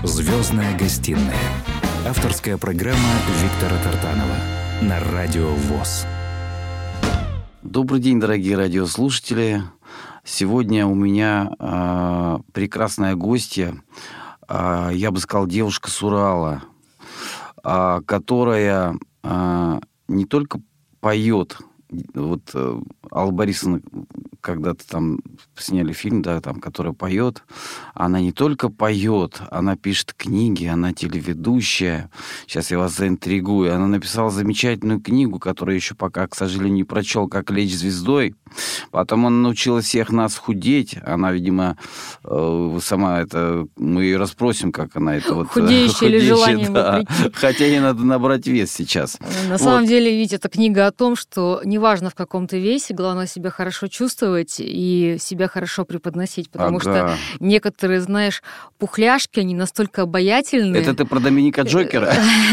«Звездная гостиная». Авторская программа Виктора Тартанова на Радио ВОС. Добрый день, дорогие радиослушатели. Сегодня у меня прекрасная гостья, я бы сказал, девушка с Урала, которая не только поет. Вот Алла Борисовна, когда-то там сняли фильм, да, там, которая поет. Она не только поет, она пишет книги, она телеведущая. Сейчас я вас заинтригую. Она написала замечательную книгу, которую я еще пока, к сожалению, не прочел, «Как лечь звездой». Потом она научила всех нас худеть. Она, видимо, сама это... Мы ее расспросим, как она это вот... Худеющая или желание да. Хотя ей надо набрать вес сейчас. На самом деле, ведь это книга о том, что неважно в каком ты весе, главное себя хорошо чувствовать и себя хорошо преподносить, потому что некоторые, знаешь, пухляшки, они настолько обаятельные. Это ты про Доминика Джокера?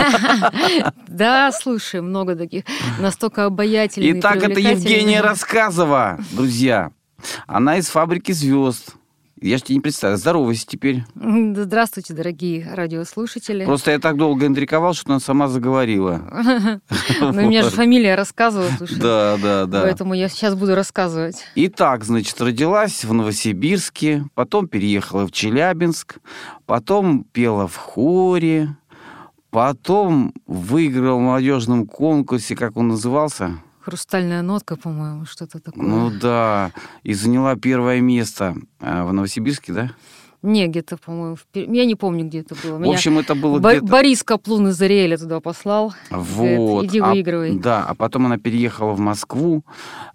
Да, слушай, много таких. Настолько обаятельные. Итак, это Евгения Рассказова, друзья. Она из «Фабрики звезд». Я же тебе не представляю. Здоровайся теперь. Здравствуйте, дорогие радиослушатели. Просто я так долго интриковал, что она сама заговорила. Но у меня же фамилия Рассказова. Да. Поэтому я сейчас буду рассказывать. Итак, значит, родилась в Новосибирске, потом переехала в Челябинск, потом пела в хоре, потом выиграла в молодежном конкурсе, как он назывался? «Хрустальная нотка», по-моему, что-то такое. Ну да, и заняла первое место в Новосибирске, да? Не, где-то, по-моему, я не помню, где это было. В общем, это было где-то... Борис Каплун из Ариэля туда послал. Вот. Говорит, иди выигрывай. Да, а потом она переехала в Москву,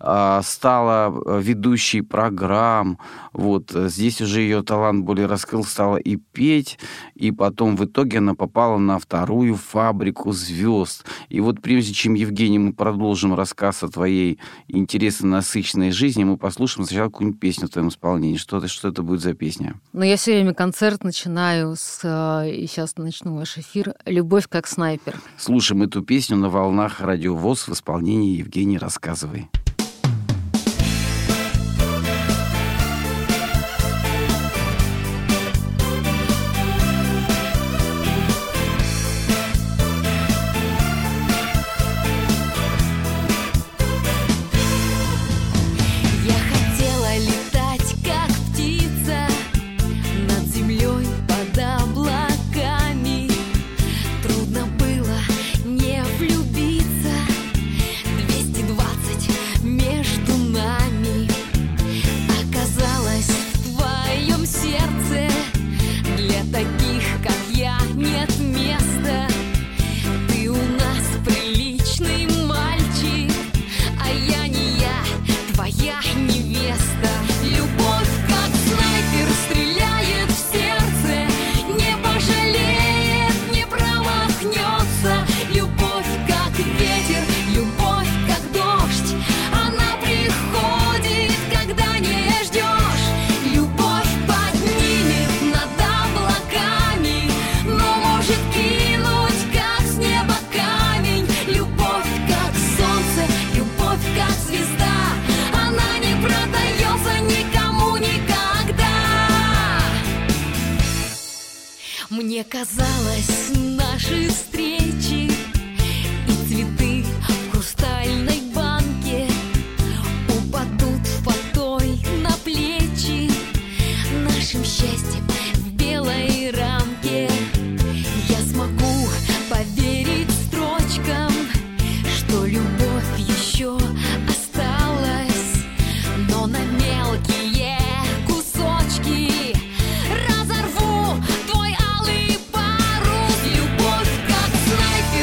стала ведущей программ. Вот. Здесь уже ее талант более раскрыл, стала и петь, и потом в итоге она попала на вторую «Фабрику звезд». И вот прежде чем, Евгений, мы продолжим рассказ о твоей интересной, насыщенной жизни, мы послушаем сначала какую-нибудь песню в твоем исполнении. Что это будет за песня? Ну, я все время концерт начинаю и сейчас начну ваш эфир, «Любовь как снайпер». Слушаем эту песню на волнах Радио ВОС в исполнении Евгении Рассказовой. Мне казалось, наши встречи и цветы в хрустальной банке упадут в потой на плечи нашим счастьем в белой рамке. Я смогу поверить строчкам, что любовь еще осталась, но на мелкие кусочки разорву твой алый парус. Любовь как снайпер.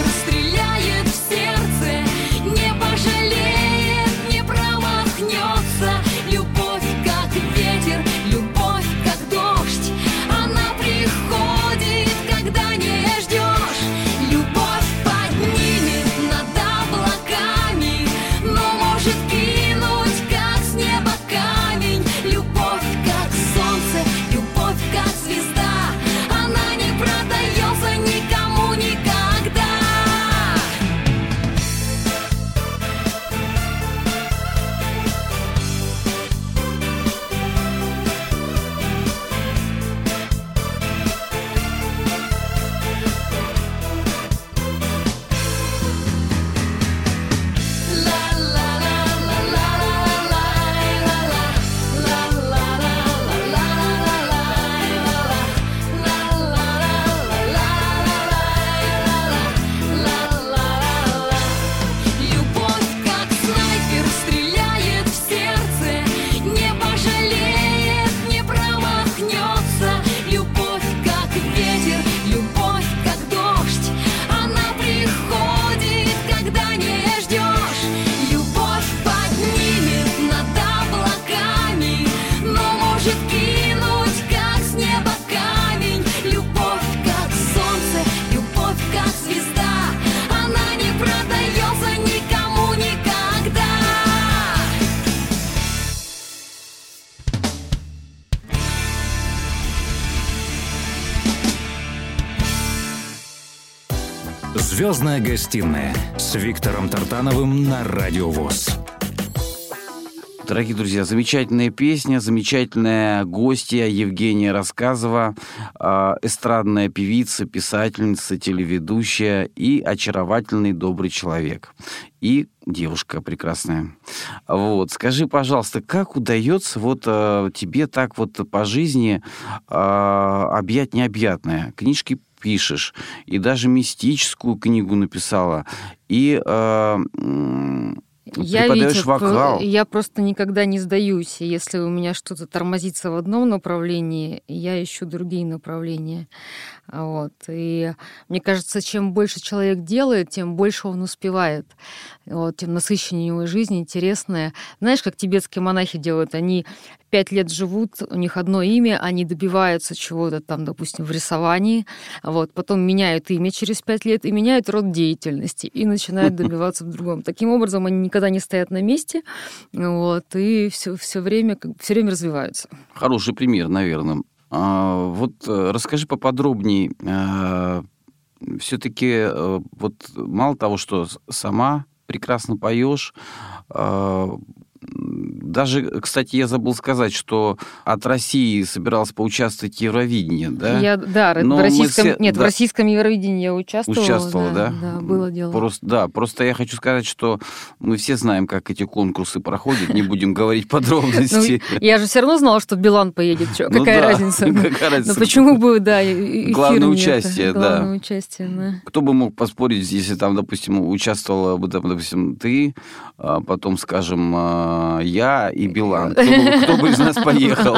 «Звездная гостиная» с Виктором Тартановым на Радио ВОС. Дорогие друзья, замечательная песня, замечательная гостья Евгения Рассказова, эстрадная певица, писательница, телеведущая и очаровательный добрый человек. И девушка прекрасная. Вот. Скажи, пожалуйста, как удается вот тебе так вот по жизни объять необъятное? Книжки пишешь, и даже мистическую книгу написала, и преподаешь вокал. Я просто никогда не сдаюсь. Если у меня что-то тормозится в одном направлении, я ищу другие направления. Вот. И мне кажется, чем больше человек делает, тем больше он успевает. Вот. Тем насыщеннее его жизнь, интересная. Знаешь, как тибетские монахи делают? Они 5 лет живут, у них одно имя, они добиваются чего-то там, допустим, в рисовании, вот, потом меняют имя через 5 лет и меняют род деятельности и начинают добиваться в другом. Таким образом, они никогда не стоят на месте, вот, и все время развиваются. Хороший пример, наверное. Вот расскажи поподробнее. Все-таки вот мало того, что сама прекрасно поешь, даже, кстати, я забыл сказать, что от России собиралась поучаствовать в Евровидении, да? В российском Евровидении я участвовала. Да? Да, было дело. Просто я хочу сказать, что мы все знаем, как эти конкурсы проходят, не будем говорить подробностей. Я же все равно знала, что Билан поедет. Какая разница? Но почему бы, эфир главное участие, да. Главное участие, да. Кто бы мог поспорить, если там, допустим, участвовала бы, допустим, ты, потом, скажем, я и Билан. Кто бы из нас поехал?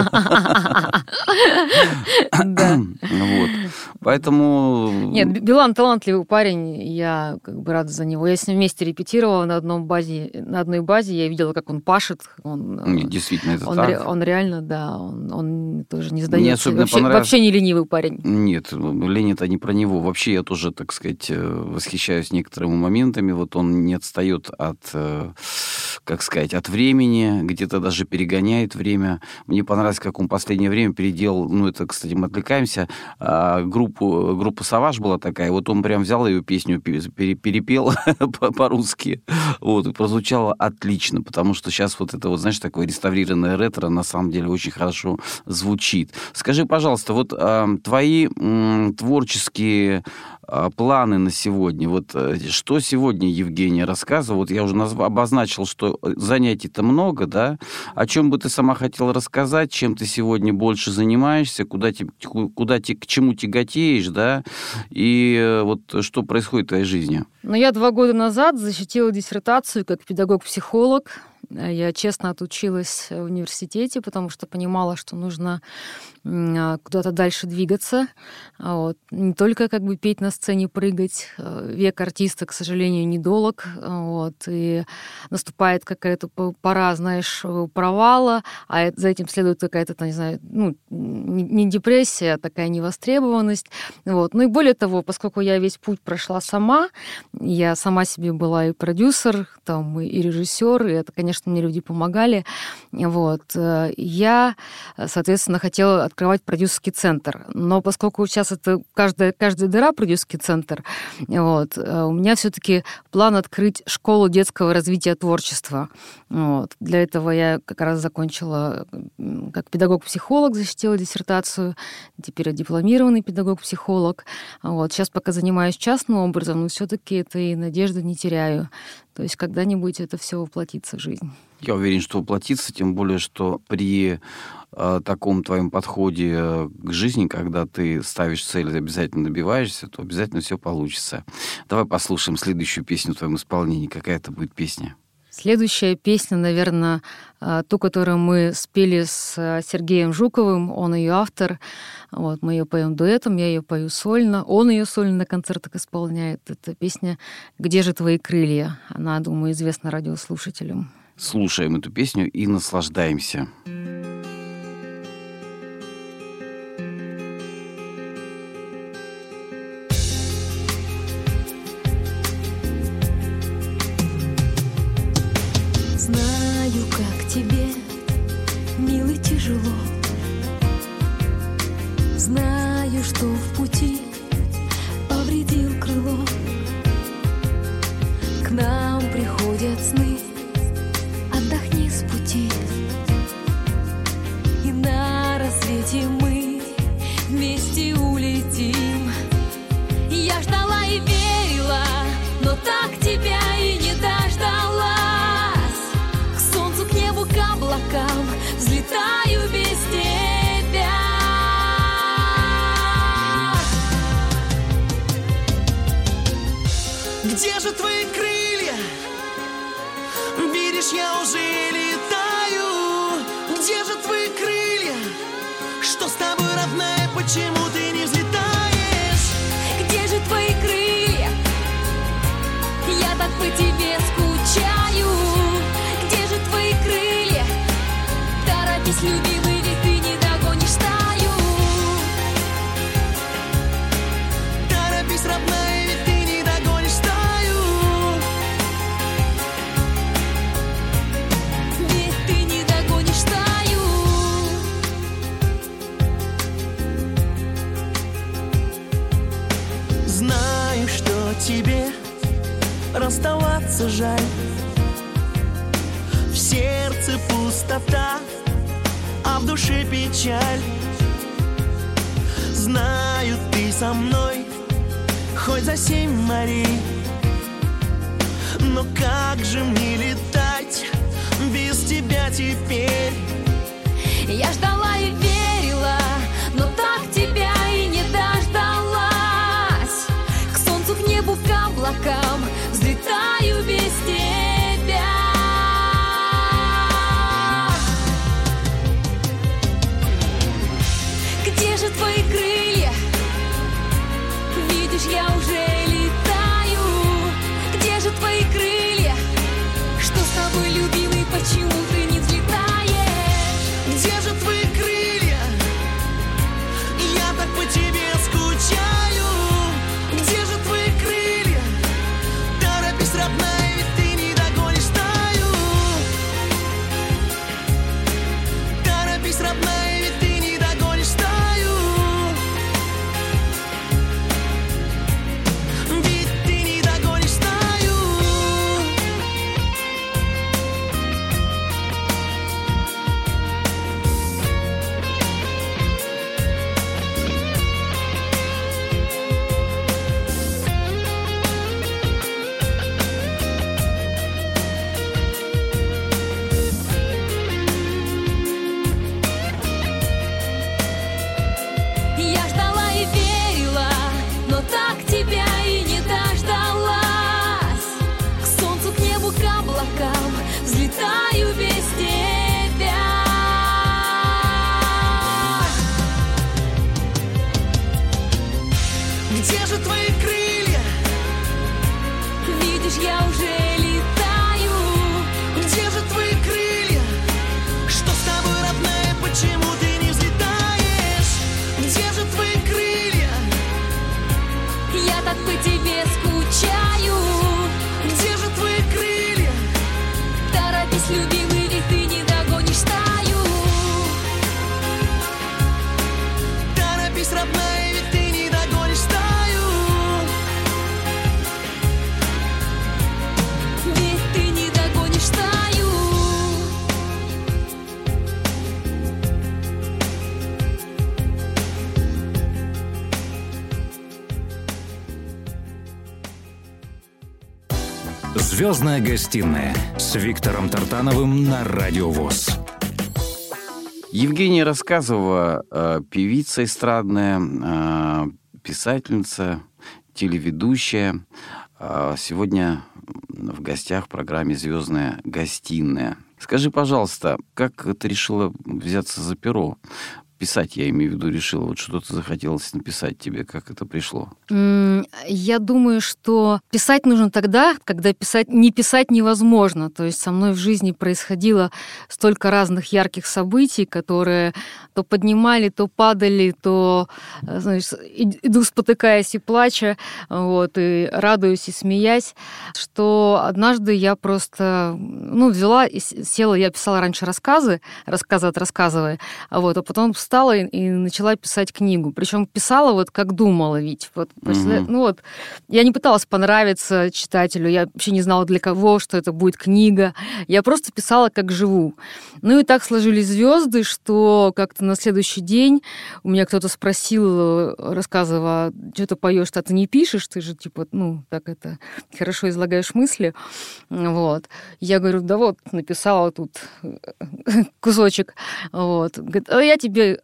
Да. Вот. Поэтому... Нет, Билан талантливый парень, я рада за него. Я с ним вместе репетировала на одной базе, я видела, как он пашет. Нет, действительно, это так. Он реально, да, он тоже не сдается. Мне вообще не ленивый парень. Нет, лень-то не про него. Вообще я тоже, так сказать, восхищаюсь некоторыми моментами. Вот он не отстает от, как сказать, от времени, где-то даже перегоняет время. Мне понравилось, как он в последнее время переделал, это, кстати, мы отвлекаемся, группа «Саваж» была такая, вот он прям взял ее песню, перепел по-русски, вот, и прозвучало отлично, потому что сейчас вот это, вот, знаешь, такое реставрированное ретро на самом деле очень хорошо звучит. Скажи, пожалуйста, вот твои творческие планы на сегодня. Вот что сегодня Евгения рассказывала? Вот я уже обозначил, что занятий-то много, да? О чем бы ты сама хотела рассказать? Чем ты сегодня больше занимаешься? К чему тяготеешь, да? И вот что происходит в твоей жизни? Я 2 года назад защитила диссертацию как педагог-психолог. Я честно отучилась в университете, потому что понимала, что нужно куда-то дальше двигаться. Вот. Не только петь на сцене, прыгать. Век артиста, к сожалению, недолог. Вот. И наступает какая-то пора, знаешь, провала, а за этим следует какая-то, не знаю, не депрессия, а такая невостребованность. Вот. И более того, поскольку я весь путь прошла сама, я сама себе была и продюсер, и режиссер, и это, конечно, мне люди помогали. Вот. Я, соответственно, хотела открывать продюсерский центр. Но поскольку сейчас это каждая дыра продюсерский центр, вот, у меня все-таки план открыть школу детского развития творчества. Вот. Для этого я как раз закончила как педагог-психолог, защитила диссертацию. Теперь я дипломированный педагог-психолог. Вот. Сейчас пока занимаюсь частным образом, но все-таки этой надежды не теряю. То есть когда-нибудь это все воплотится в жизнь. Я уверен, что воплотится, тем более, что при таком твоем подходе к жизни, когда ты ставишь цель и обязательно добиваешься, то обязательно все получится. Давай послушаем следующую песню в твоем исполнении. Какая это будет песня? Следующая песня, наверное, ту, которую мы спели с Сергеем Жуковым, он ее автор. Вот, мы ее поем дуэтом, я ее пою сольно, он ее сольно на концертах исполняет. Это песня «Где же твои крылья?». Она, думаю, известна радиослушателям. Слушаем эту песню и наслаждаемся. Знаю, как тебе, милый, тяжело. Знаю, что в пути повредил крыло. вместе улетим. Я ждала и верила, но так тебя и не дождалась. К солнцу, к небу, к облакам взлетаю без тебя. Где же твои крылья? Видишь, я уже летаю. Где же твои крылья? Что с тобой, родная, почему ты не взлетаешь? Где же твои крылья? Я так по тебе скучаю. Где же твои крылья? Торопись, любимый, ведь ты не догонишь стаю. Торопись, родная, ведь ты не догонишь стаю. Ведь ты не догонишь стаю. Знаю, что тебе расставаться жаль. В сердце пустота, а в душе печаль. Знаю, ты со мной хоть за 7 морей. Но как же мне летать без тебя теперь? Я ждала и верила, но так тебя и не дождалась. К солнцу, к небу, к облакам взлетаю без тебя. Где же твои крылья? Видишь, я уже летаю. Где же твои крылья? Что с тобой, любимый, почему ты не взлетаешь? Где же твои крылья? Я так по тебе скучаю. Где же твои крылья? Торопись, родная, ведь ты не догонишь стаю. Торопись, родная, ведь ты не догонишь стаю. Ведь ты не догонишь стаю. Я ждала и верила, но так тебя и не дождалась. К солнцу, к небу, к облакам взлетаю без тебя. Где же твои крылья? Видишь, я уже летаю. Где же твои крылья? Что с тобой, родная, почему ты не взлетаешь? Где же твои крылья? Я так по тебе скучаю. Где же твои крылья? Торопись, любимый, ведь ты не догонишь стаю. Торопись, родная, ведь ты не догонишь стаю. Ведь ты не догонишь стаю. «Звездная гостиная» с Виктором Тартановым на Радио ВОС. Евгения Рассказова, певица эстрадная, писательница, телеведущая. Сегодня в гостях в программе «Звездная гостиная». Скажи, пожалуйста, как ты решила взяться за перо? Писать, я имею в виду, решила. Вот что-то захотелось написать тебе. Как это пришло? Я думаю, что писать нужно тогда, когда не писать невозможно. То есть со мной в жизни происходило столько разных ярких событий, которые то поднимали, то падали, то, знаешь, иду спотыкаясь и плача, вот, и радуюсь, и смеясь, что однажды я просто, взяла и села, я писала раньше рассказы от рассказывая, вот, а потом встала и начала писать книгу. Причем писала вот как думала, ведь. Вот, я не пыталась понравиться читателю, я вообще не знала для кого, что это будет книга. Я просто писала как живу. Ну и так сложились звезды, что как-то на следующий день у меня кто-то спросил, рассказывая, что ты поешь, а ты не пишешь, ты же так это хорошо излагаешь мысли. Вот. Я говорю, да вот, написала тут кусочек. Вот. Говорит, я тебе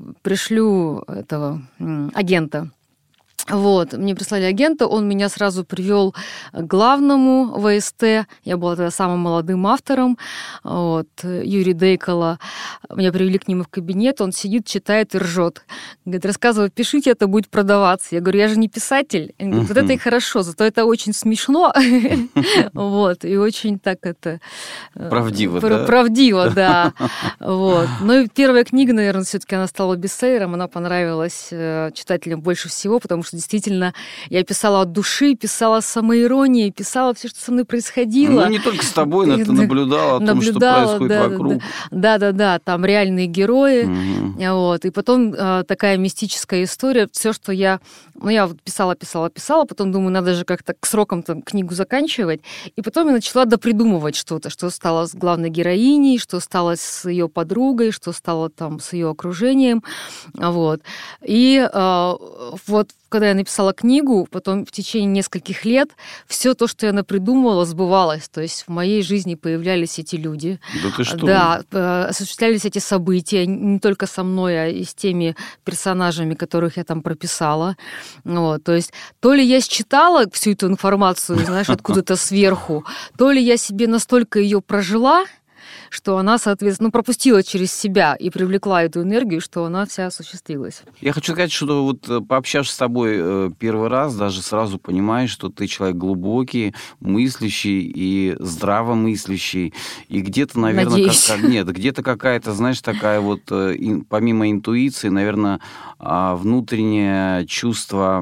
пришлю этого агента. Вот, мне прислали агента, он меня сразу привел к главному ВСТ. Я была тогда самым молодым автором, вот, Юрий Дейкола. Меня привели к нему в кабинет, он сидит, читает и ржет. Говорит, рассказывай, пишите, это будет продаваться. Я говорю, я же не писатель. Он говорит, вот это и хорошо, зато это очень смешно. Вот, и очень так это... Правдиво, да? Правдиво, да. Вот. Ну и первая книга, наверное, все-таки она стала бестселлером, она понравилась читателям больше всего, потому что действительно я писала от души, писала с самоиронией, писала все, что со мной происходило. Ну, не только с тобой, но ты наблюдала о том, что происходит вокруг. Да, там реальные герои. Вот. И потом такая мистическая история. Все, что я вот писала, потом думаю, надо же как-то к срокам книгу заканчивать. И потом я начала допридумывать что-то, что стало с главной героиней, что стало с ее подругой, что стало там с ее окружением. Вот. И вот когда я написала книгу, потом в течение нескольких лет все то, что я напридумывала, сбывалось. То есть в моей жизни появлялись эти люди. Да ты что? Да, осуществлялись эти события не только со мной, а и с теми персонажами, которых я там прописала. Вот, то есть то ли я считала всю эту информацию, знаешь, откуда-то сверху, то ли я себе настолько ее прожила, что она, соответственно, пропустила через себя и привлекла эту энергию, что она вся осуществилась. Я хочу сказать, что вот пообщавшись с тобой первый раз, даже сразу понимаешь, что ты человек глубокий, мыслящий и здравомыслящий. И где-то, наверное, где-то какая-то, знаешь, такая вот, помимо интуиции, наверное, внутреннее чувство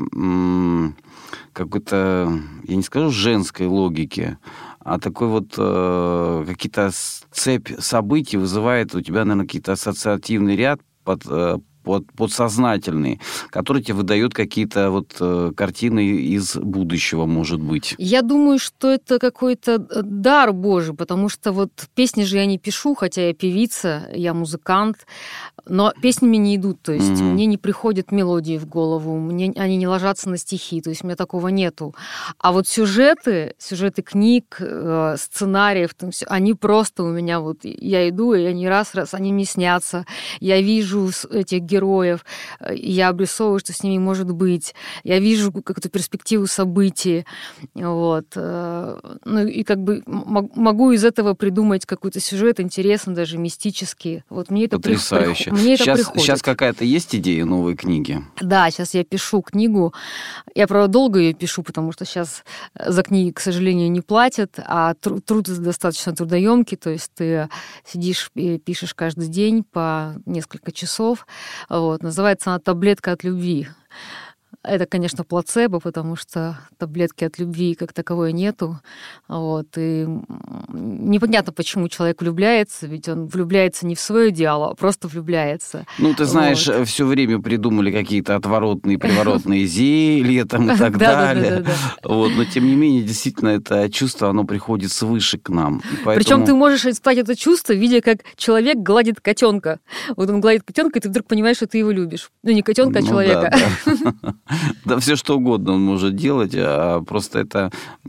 какой-то, я не скажу женской логики, а такой вот какие-то цепь событий вызывает у тебя, наверное, какие-то ассоциативный ряд подсознательные, которые тебе выдают какие-то вот картины из будущего, может быть. Я думаю, что это какой-то дар Божий, потому что вот песни же я не пишу, хотя я певица, я музыкант, но песни мне не идут, то есть мне не приходят мелодии в голову, они не ложатся на стихи, то есть у меня такого нету. А вот сюжеты книг, сценариев, там все, они просто у меня вот, я иду, и они раз, они мне снятся, я вижу этих героев, я обрисовываю, что с ними может быть, я вижу какую-то перспективу событий, вот. Ну и как бы могу из этого придумать какой-то сюжет интересный, даже мистический. Вот мне это потрясающе. Приходит. Сейчас какая-то есть идея новой книги? Да, сейчас я пишу книгу. Я, правда, долго ее пишу, потому что сейчас за книги, к сожалению, не платят, а труд достаточно трудоемкий, то есть ты сидишь и пишешь каждый день по несколько часов. Вот. Называется она «Таблетка от любви». Это, конечно, плацебо, потому что таблетки от любви как таковой нету. Вот. И непонятно, почему человек влюбляется, ведь он влюбляется не в свой идеал, а просто влюбляется. Ну, ты знаешь, вот. Все время придумали какие-то отворотные, приворотные зелья там и так далее. Вот. Но, тем не менее, действительно, это чувство, оно приходит свыше к нам. Причем ты можешь испытать это чувство, видя, как человек гладит котенка. Вот он гладит котенка, и ты вдруг понимаешь, что ты его любишь. Ну, не котенка, а человека. Да, все что угодно он может делать, а просто это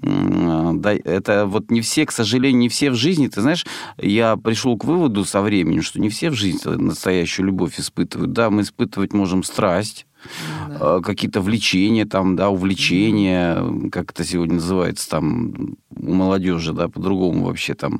вот не все, к сожалению, не все в жизни. Ты знаешь, я пришел к выводу со временем, что не все в жизни настоящую любовь испытывают. Да, мы испытывать можем страсть, какие-то влечения, там, да, увлечения, как это сегодня называется, там, у молодежи, да, по-другому вообще там,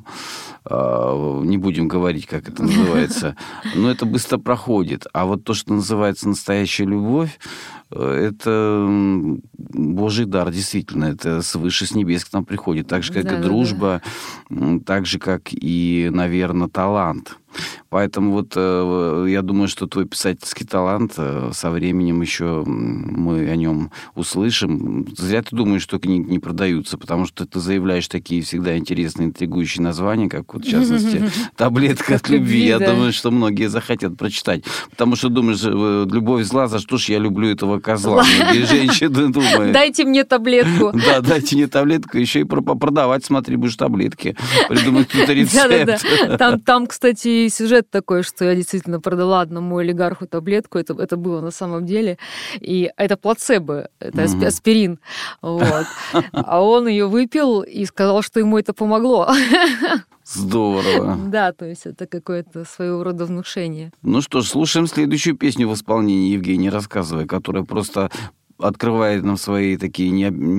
не будем говорить, как это называется, но это быстро проходит. А вот то, что называется настоящая любовь, это Божий дар, действительно, это свыше с небес к нам приходит, так же, как и дружба, так же, как и, наверное, талант. Поэтому вот я думаю, что твой писательский талант со временем еще мы о нем услышим. Зря ты думаешь, что книги не продаются, потому что ты заявляешь выбираешь такие всегда интересные, интригующие названия, как вот, в частности, «Таблетка от любви». Я думаю, что многие захотят прочитать. Потому что думаешь, любовь зла, за что ж я люблю этого козла? Многие женщины думают. Дайте мне таблетку. Да, дайте мне таблетку. Еще и продавать, смотри, будешь таблетки. Придумать какой-то рецепт. Там, кстати, сюжет такой, что я действительно продала одному олигарху таблетку. Это было на самом деле. И это плацебо, это аспирин. Вот. А он ее выпил и сказал, что ему это помогло. Здорово. Да, то есть это какое-то своего рода внушение. Ну что ж, слушаем следующую песню в исполнении Евгении Рассказовой, которая просто открывает нам свои такие,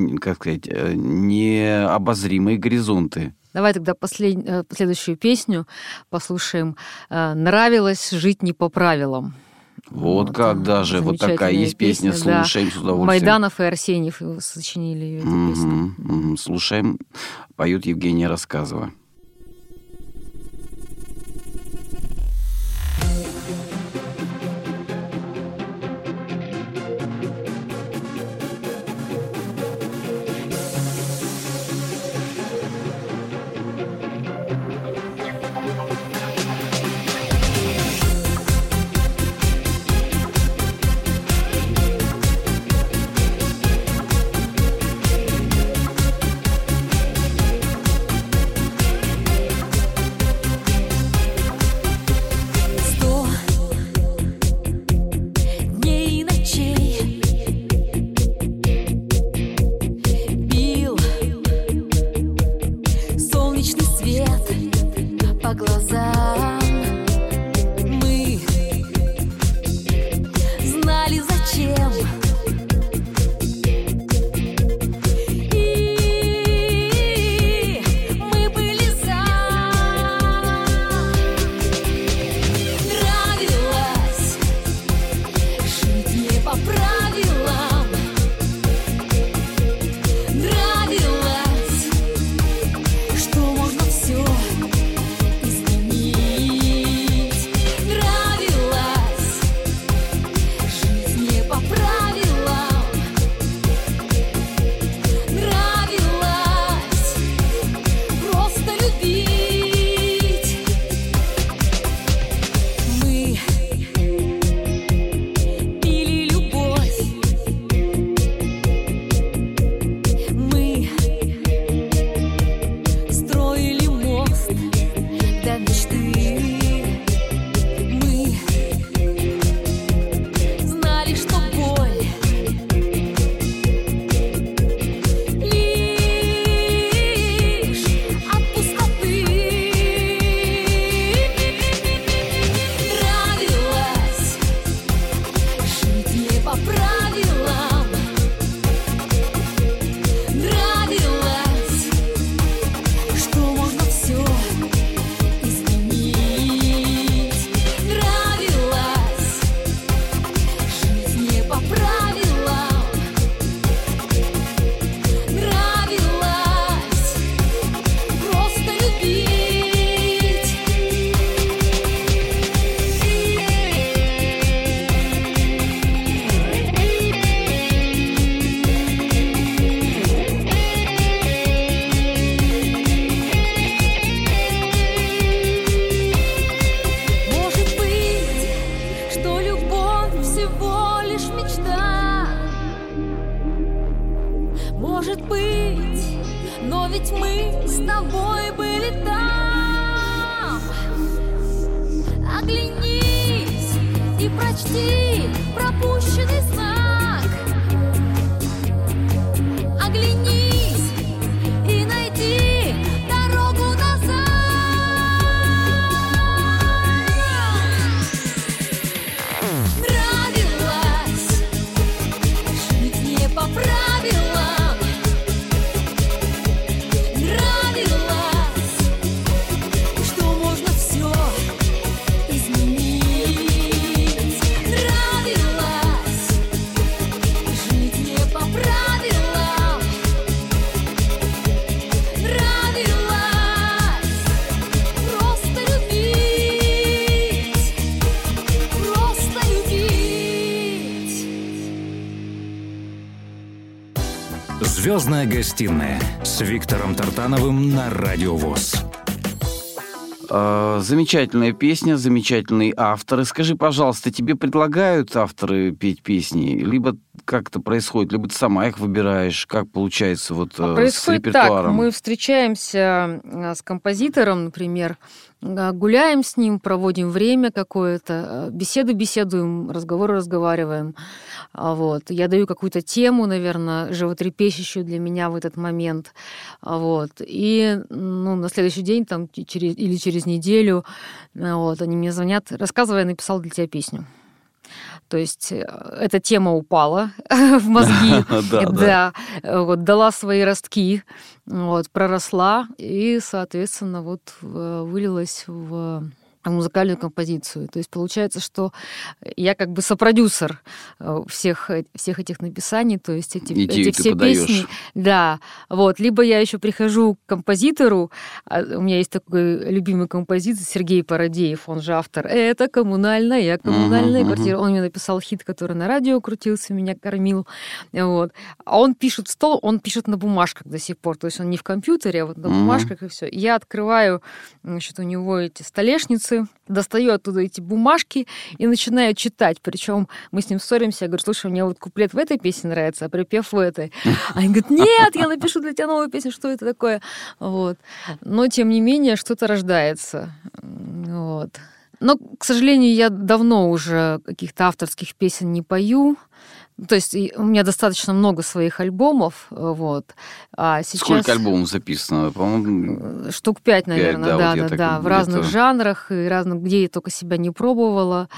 необозримые горизонты. Давай тогда следующую песню послушаем. «Нравилось жить не по правилам». Вот как даже. Вот такая есть песня. Слушаем с удовольствием. Майданов и Арсеньев сочинили ее, эту песню. Слушаем. Поет Евгения Рассказова. «Звездная гостиная» с Виктором Тартановым на Радио ВОС. Замечательная песня, замечательные авторы. Скажи, пожалуйста, тебе предлагают авторы петь песни? Либо как это происходит? Либо ты сама их выбираешь? Как получается вот с репертуаром? Так, мы встречаемся с композитором, например, гуляем с ним, проводим время какое-то, беседуем, разговариваем. Вот. Я даю какую-то тему, наверное, животрепещущую для меня в этот момент. Вот. И на следующий день там, через неделю они мне звонят, рассказывая, я написал для тебя песню. То есть эта тема упала в мозги, дала свои ростки, проросла и, соответственно, вылилась в музыкальную композицию. То есть получается, что я как бы сопродюсер всех этих написаний, то есть эти все песни. Да, либо я еще прихожу к композитору, у меня есть такой любимый композитор Сергей Парадеев, он же автор «Это коммунальная квартира». Он мне написал хит, который на радио крутился, меня кормил. А он пишет он пишет на бумажках до сих пор, то есть он не в компьютере, а на бумажках и все. Я открываю, у него эти столешницы, достаю оттуда эти бумажки и начинаю читать. Причем мы с ним ссоримся. Я говорю, слушай, мне куплет в этой песне нравится, а припев в этой. А он говорит, нет, я напишу для тебя новую песню, что это такое? Но, тем не менее, что-то рождается. Но, к сожалению, я давно уже каких-то авторских песен не пою. То есть у меня достаточно много своих альбомов. А сейчас... Сколько альбомов записано? По-моему, штук 5, наверное, да. В разных жанрах, и где я только себя не пробовала.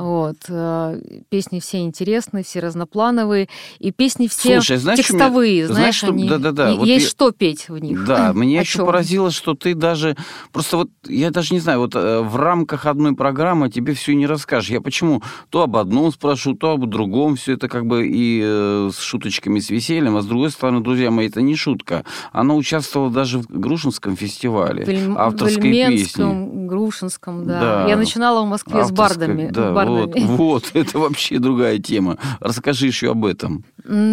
Песни все интересные, все разноплановые. И песни все текстовые. Знаешь, они... Есть что петь в них. Да, меня еще поразило, что ты даже... Просто я даже не знаю, в рамках одной программы тебе все не расскажешь. Я почему то об одном спрошу, то об другом. Все это как бы и с шуточками, с весельем, а с другой стороны, друзья мои, это не шутка. Она участвовала даже в Грушинском фестивале авторской песни. В Грушинском, да. Я начинала в Москве с бардами. Да, это вообще другая тема. Расскажи еще об этом.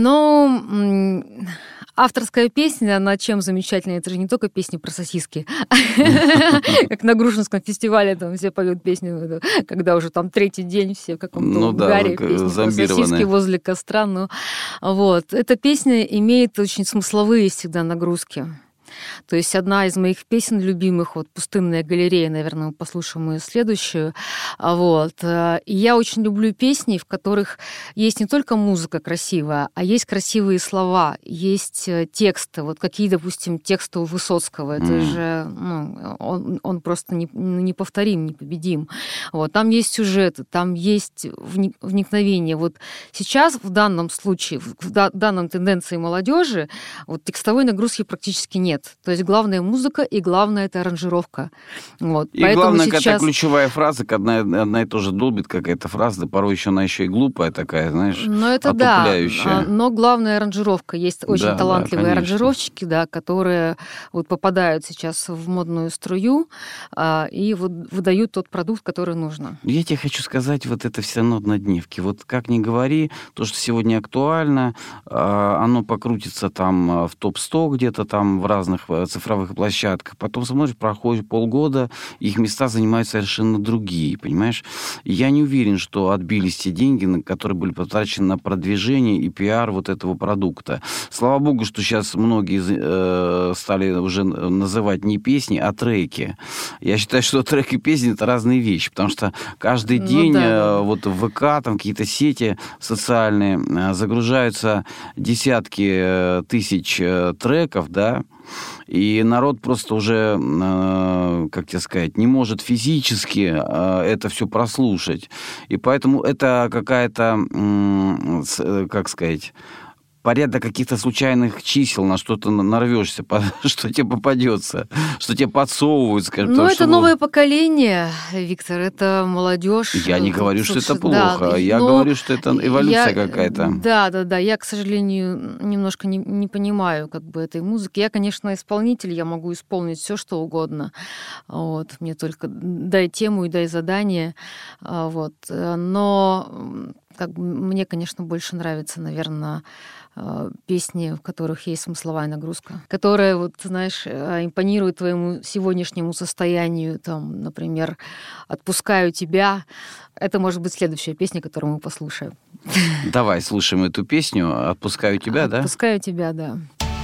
Авторская песня, она чем замечательная? Это же не только песни про сосиски. Как на Грушинском фестивале там все поют песню, когда уже там третий день все в каком-то угаре песни про сосиски возле костра. Эта песня имеет очень смысловые всегда нагрузки. То есть одна из моих песен любимых, «Пустынная галерея», наверное, мы послушаем ее следующую. И я очень люблю песни, в которых есть не только музыка красивая, а есть красивые слова, есть тексты. Какие, допустим, тексты у Высоцкого. Это же, он просто неповторим, непобедим. Там есть сюжеты, там есть вникновение. Сейчас в данном случае, в данном тенденции молодежи, текстовой нагрузки практически нет. То есть главная музыка и главное это аранжировка. И главное, какая-то ключевая фраза, одна и то же долбит какая-то фраза, да, порой еще она еще и глупая такая, знаешь, отупляющая. Но главная аранжировка. Есть очень талантливые аранжировщики, которые попадают сейчас в модную струю и выдают тот продукт, который нужно. Я тебе хочу сказать, это все равно однодневки. Как ни говори, то, что сегодня актуально, оно покрутится там в топ-100 где-то там в разных цифровых площадках. Потом смотришь, проходит полгода, их места занимают совершенно другие, понимаешь? И я не уверен, что отбились те деньги, которые были потрачены на продвижение и пиар этого продукта. Слава богу, что сейчас многие стали уже называть не песни, а треки. Я считаю, что трек и песня — это разные вещи, потому что каждый день в ВК, там какие-то сети социальные, загружаются десятки тысяч треков, да, и народ просто уже, как тебе сказать, не может физически это все прослушать. И поэтому это какая-то, как сказать, порядок каких-то случайных чисел, на что-то нарвешься, что тебе попадется, что тебе подсовывают, скажем. Это новое поколение, Виктор, это молодежь. Я не говорю, что это плохо, я говорю, что это эволюция какая-то. Да, я, к сожалению, немножко не понимаю этой музыки. Я, конечно, исполнитель, я могу исполнить все, что угодно. Мне только дай тему и дай задание. Но Мне, конечно, больше нравятся, наверное, песни, в которых есть смысловая нагрузка, которая, вот, знаешь, импонирует твоему сегодняшнему состоянию, там, например, «Отпускаю тебя». Это может быть следующая песня, которую мы послушаем. Давай слушаем эту песню «Отпускаю тебя», да? «Отпускаю тебя», да.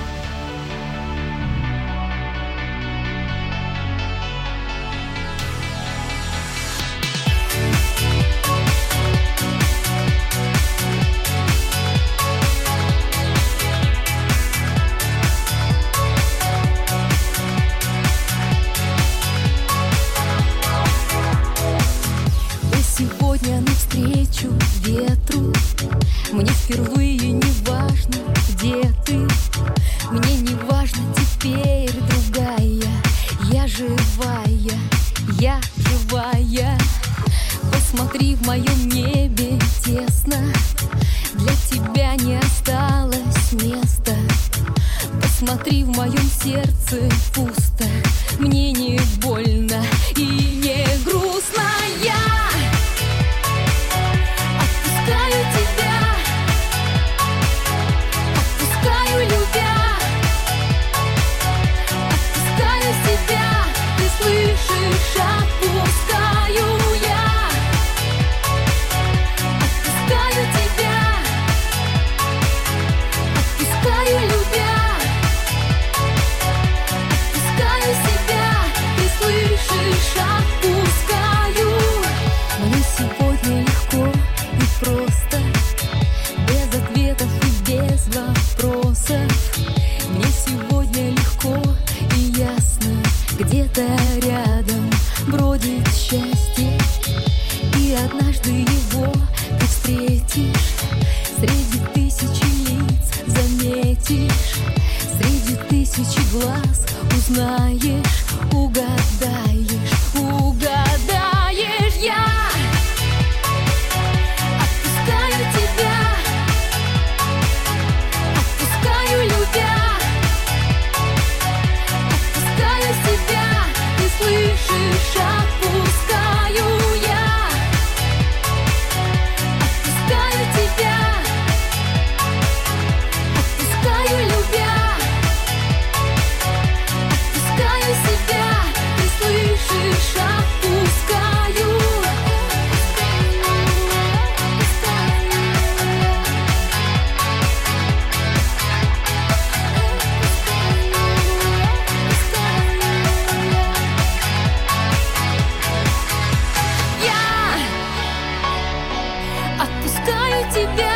Навстречу ветру, мне впервые не важно, где ты. Мне не важно теперь другая. Я живая, я живая. Посмотри, в моем небе тесно, для тебя не осталось места. Посмотри, в моем сердце пусто, мне не больно и не грустно. Я отпускаю тебя, отпускаю, любя, отпускаю себя, ты слышишь, отпускаю я, отпускаю тебя, отпускаю, любя, отпускаю себя, ты слышишь, отпускаю. Мне сегодня легко и просто, без ответов и без вопросов. Мне сегодня легко и ясно, где-то рядом бродит счастье. И однажды его ты встретишь, среди тысячи лиц заметишь, среди тысячи глаз узнаешь, угадаешь, угадаешь. Я отпускаю тебя, отпускаю, любя, отпускаю себя, ты слышишь, отпускаю я, отпускаю тебя, отпускаю, любя, отпускаю себя, ты слышишь, отпускаю. Я отпускаю тебя,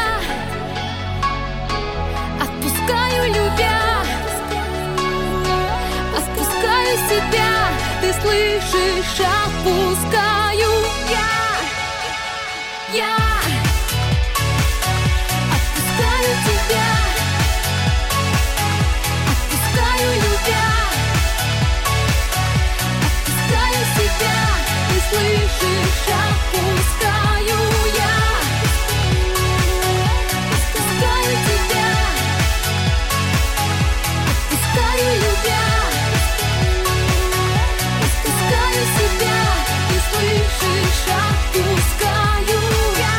отпускаю, любя, отпускаю себя, ты слышишь, отпускаю я отпускаю тебя, отпускаю, любя, отпускаю себя, ты слышишь, отпускаю я, отпускаю тебя, отпускаю, любя, отпускаю себя, ты слышишь, отпускаю я.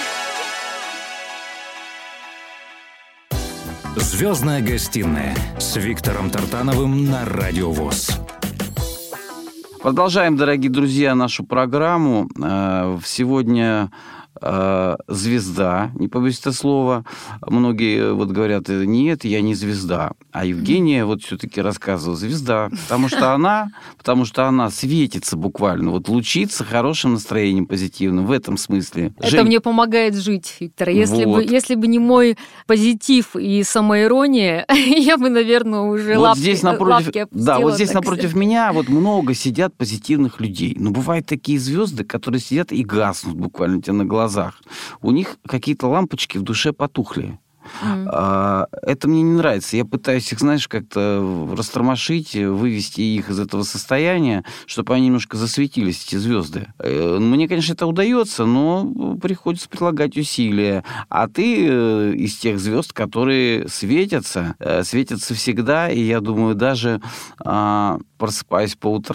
«Звездная гостиная» с Виктором Тартановым на Радио ВОС. Продолжаем, дорогие друзья, нашу программу. Сегодня звезда, не побоюсь это слова. Многие вот говорят, нет, я не звезда. А Евгения вот все-таки рассказывала, звезда, потому что она светится буквально, вот лучится хорошим настроением, позитивным, в этом смысле. Это мне помогает жить, Виктор. Если бы не мой позитив и самоирония, я бы, наверное, уже вот лапки опустила. Да, вот здесь напротив меня вот много сидят позитивных людей. Но бывают такие звезды, которые сидят и гаснут буквально у тебя на глазах. У них какие-то лампочки в душе потухли. Это мне не нравится. Я пытаюсь их, знаешь, как-то растормошить, вывести их из этого состояния, чтобы они немножко засветились, эти звезды. Мне, конечно, это удается, но приходится прилагать усилия. А ты из тех звезд, которые светятся всегда, и я думаю, даже просыпаясь по утрам,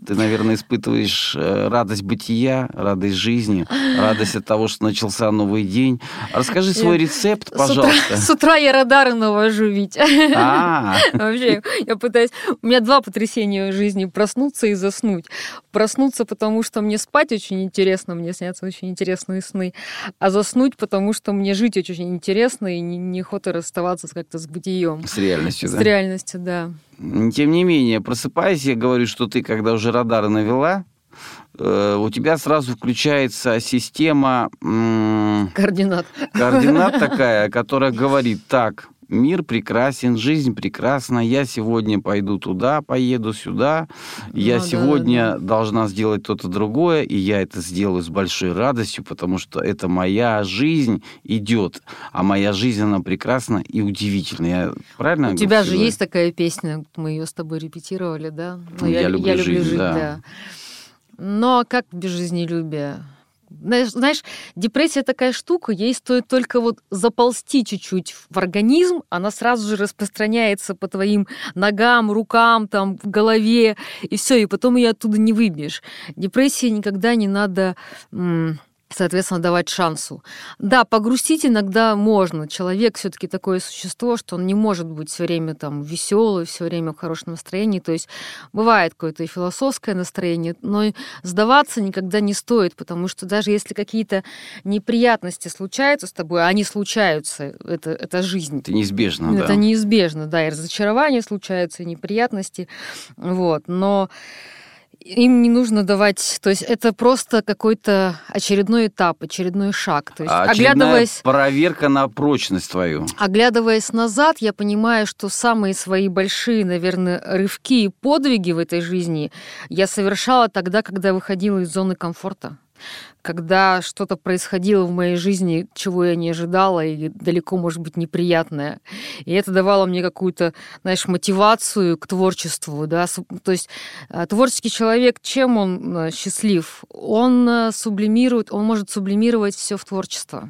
Ты, наверное, испытываешь радость бытия, радость жизни, радость от того, что начался новый день. Расскажи свой рецепт, пожалуйста. С утра я радары навожу, Вить. Вообще, я пытаюсь... У меня 2 потрясения в жизни: проснуться и заснуть. Проснуться, потому что мне спать очень интересно, мне снятся очень интересные сны. А заснуть, потому что мне жить очень интересно, и неохота расставаться как-то с бытием. С реальностью, да? С реальностью, да. Тем не менее, просыпаясь, я говорю, что ты, когда уже радары навела, у тебя сразу включается система... Координат. Координат такая, которая говорит: так, мир прекрасен, жизнь прекрасна, я сегодня пойду туда, поеду сюда, я сегодня должна сделать то-то другое, и я это сделаю с большой радостью, потому что это моя жизнь идет, а моя жизнь, она прекрасна и удивительна. Я правильно говорю? У тебя же есть такая песня, мы ее с тобой репетировали, да? Я люблю жить, да. Но как без жизнелюбия? Знаешь, депрессия такая штука, ей стоит только вот заползти чуть-чуть в организм, она сразу же распространяется по твоим ногам, рукам, там, в голове, и все, и потом ее оттуда не выбьешь. Депрессии никогда не надо... соответственно, давать шансу. Да, погрустить иногда можно. Человек все-таки такое существо, что он не может быть все время там веселый, все время в хорошем настроении. То есть бывает какое-то и философское настроение, но сдаваться никогда не стоит, потому что даже если какие-то неприятности случаются с тобой, а они случаются, это жизнь. Это неизбежно, да. Это неизбежно, да, и разочарования случаются, и неприятности, вот, но им не нужно давать... То есть это просто какой-то очередной этап, очередной шаг. То есть, очередная проверка на прочность твою. Оглядываясь назад, я понимаю, что самые свои большие, наверное, рывки и подвиги в этой жизни я совершала тогда, когда выходила из зоны комфорта. Когда что-то происходило в моей жизни, чего я не ожидала, и далеко, может быть, неприятное. И это давало мне какую-то, знаешь, мотивацию к творчеству. Да? То есть творческий человек, чем он счастлив? Он сублимирует, он может сублимировать все в творчество.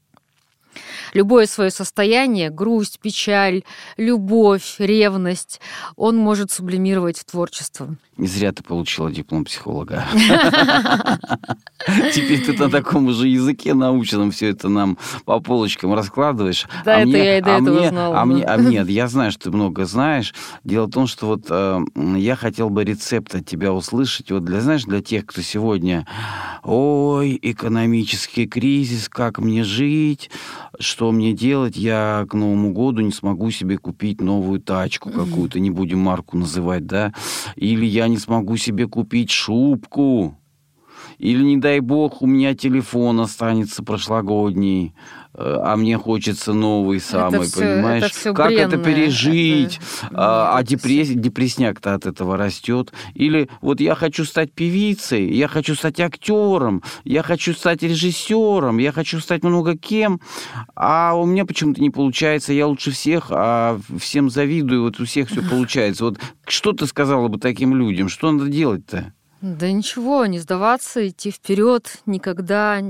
Любое свое состояние, грусть, печаль, любовь, ревность, он может сублимировать в творчество. Не зря ты получила диплом психолога. Теперь ты на таком же языке наученном все это нам по полочкам раскладываешь. Да, это я и до этого знала. Нет, я знаю, что ты много знаешь. Дело в том, что вот я хотел бы рецепт от тебя услышать. Вот для тех, кто сегодня, ой, экономический кризис, как мне жить, что мне делать, я к Новому году не смогу себе купить новую тачку какую-то, не будем марку называть, да, или я не смогу себе купить шубку, или, не дай бог, у меня телефон останется прошлогодний, а мне хочется новый самый, понимаешь? Это как бренное, это пережить? Депрессняк-то от этого растет. Или вот я хочу стать певицей, я хочу стать актером, я хочу стать режиссером, я хочу стать много кем, а у меня почему-то не получается, я лучше всех, а всем завидую, вот у всех все получается. Вот что ты сказала бы таким людям? Что надо делать-то? Да ничего, не сдаваться, идти вперед, никогда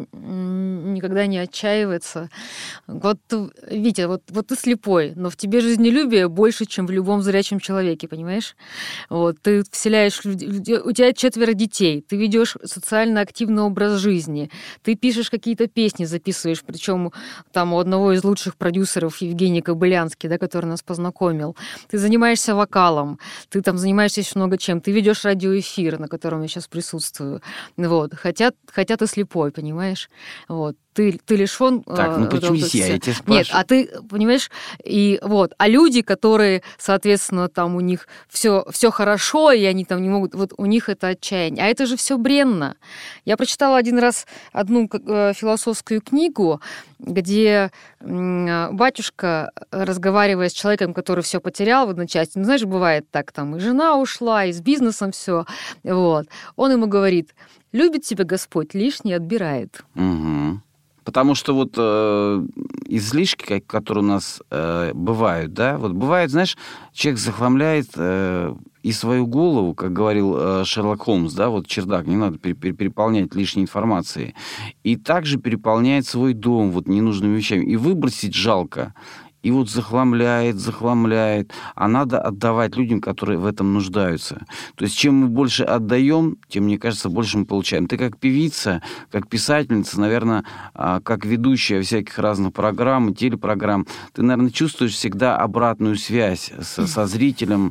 не отчаиваться. Вот, Витя, вот ты слепой, но в тебе жизнелюбие больше, чем в любом зрячем человеке, понимаешь? Вот, ты вселяешь людей, у тебя 4 детей, ты ведешь социально активный образ жизни, ты пишешь какие-то песни, записываешь, причем там у одного из лучших продюсеров Евгений Кобылянский, да, который нас познакомил. Ты занимаешься вокалом, ты там занимаешься еще много чем, ты ведешь радиоэфир, на котором я сейчас присутствую. Вот. Хотя ты слепой, понимаешь? Вот. Ты лишён... Так, ну почему я тебя спрашиваю? Нет, а ты, понимаешь, и вот. А люди, которые, соответственно, там у них все хорошо, и они там не могут... Вот у них это отчаяние. А это же все бренно. Я прочитала один раз одну философскую книгу, где батюшка, разговаривая с человеком, который все потерял в одночасье, ну, знаешь, бывает так, там и жена ушла, и с бизнесом все, вот. Он ему говорит: любит тебя Господь, лишнее отбирает. Угу. Потому что вот излишки, которые у нас бывают, да, вот бывает, знаешь, человек захламляет и свою голову, как говорил Шерлок Холмс, да, вот чердак, не надо переполнять лишней информацией, и также переполняет свой дом вот ненужными вещами, и выбросить жалко. и вот захламляет. А надо отдавать людям, которые в этом нуждаются. То есть чем мы больше отдаем, тем, мне кажется, больше мы получаем. Ты как певица, как писательница, наверное, как ведущая всяких разных программ, телепрограмм, ты, наверное, чувствуешь всегда обратную связь со зрителем,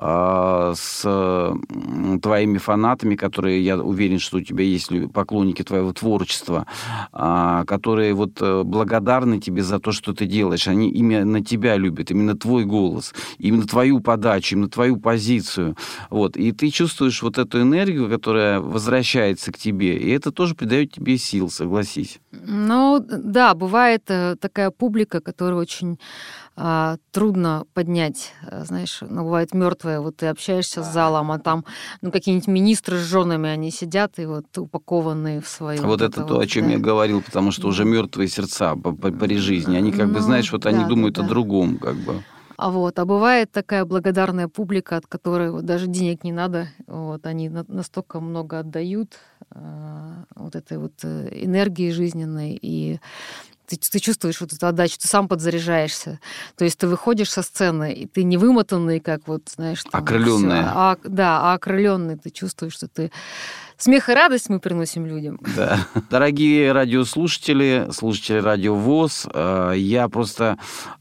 с твоими фанатами, которые, я уверен, что у тебя есть поклонники твоего творчества, которые вот благодарны тебе за то, что ты делаешь. Они именно тебя любят, именно твой голос, именно твою подачу, именно твою позицию. Вот. И ты чувствуешь вот эту энергию, которая возвращается к тебе, и это тоже придает тебе сил, согласись. Ну, да, бывает такая публика, которую очень трудно поднять, знаешь, ну, бывает мертвая, вот ты общаешься с залом, а там, ну, какие-нибудь министры с женами, они сидят и вот упакованные в свою... Вот это то, о чем я говорил, потому что уже мертвые сердца при жизни, они как бы, знаешь, вот они думают о другом, как бы. А бывает такая благодарная публика, от которой вот даже денег не надо, вот, они настолько много отдают вот этой вот энергии жизненной, и ты чувствуешь вот эту отдачу, ты сам подзаряжаешься. То есть ты выходишь со сцены, и ты не вымотанный, как вот, знаешь... Окрылённый. Да, окрылённый. Ты чувствуешь, что ты... Смех и радость мы приносим людям. Да. Дорогие радиослушатели, слушатели Радио ВОС, я просто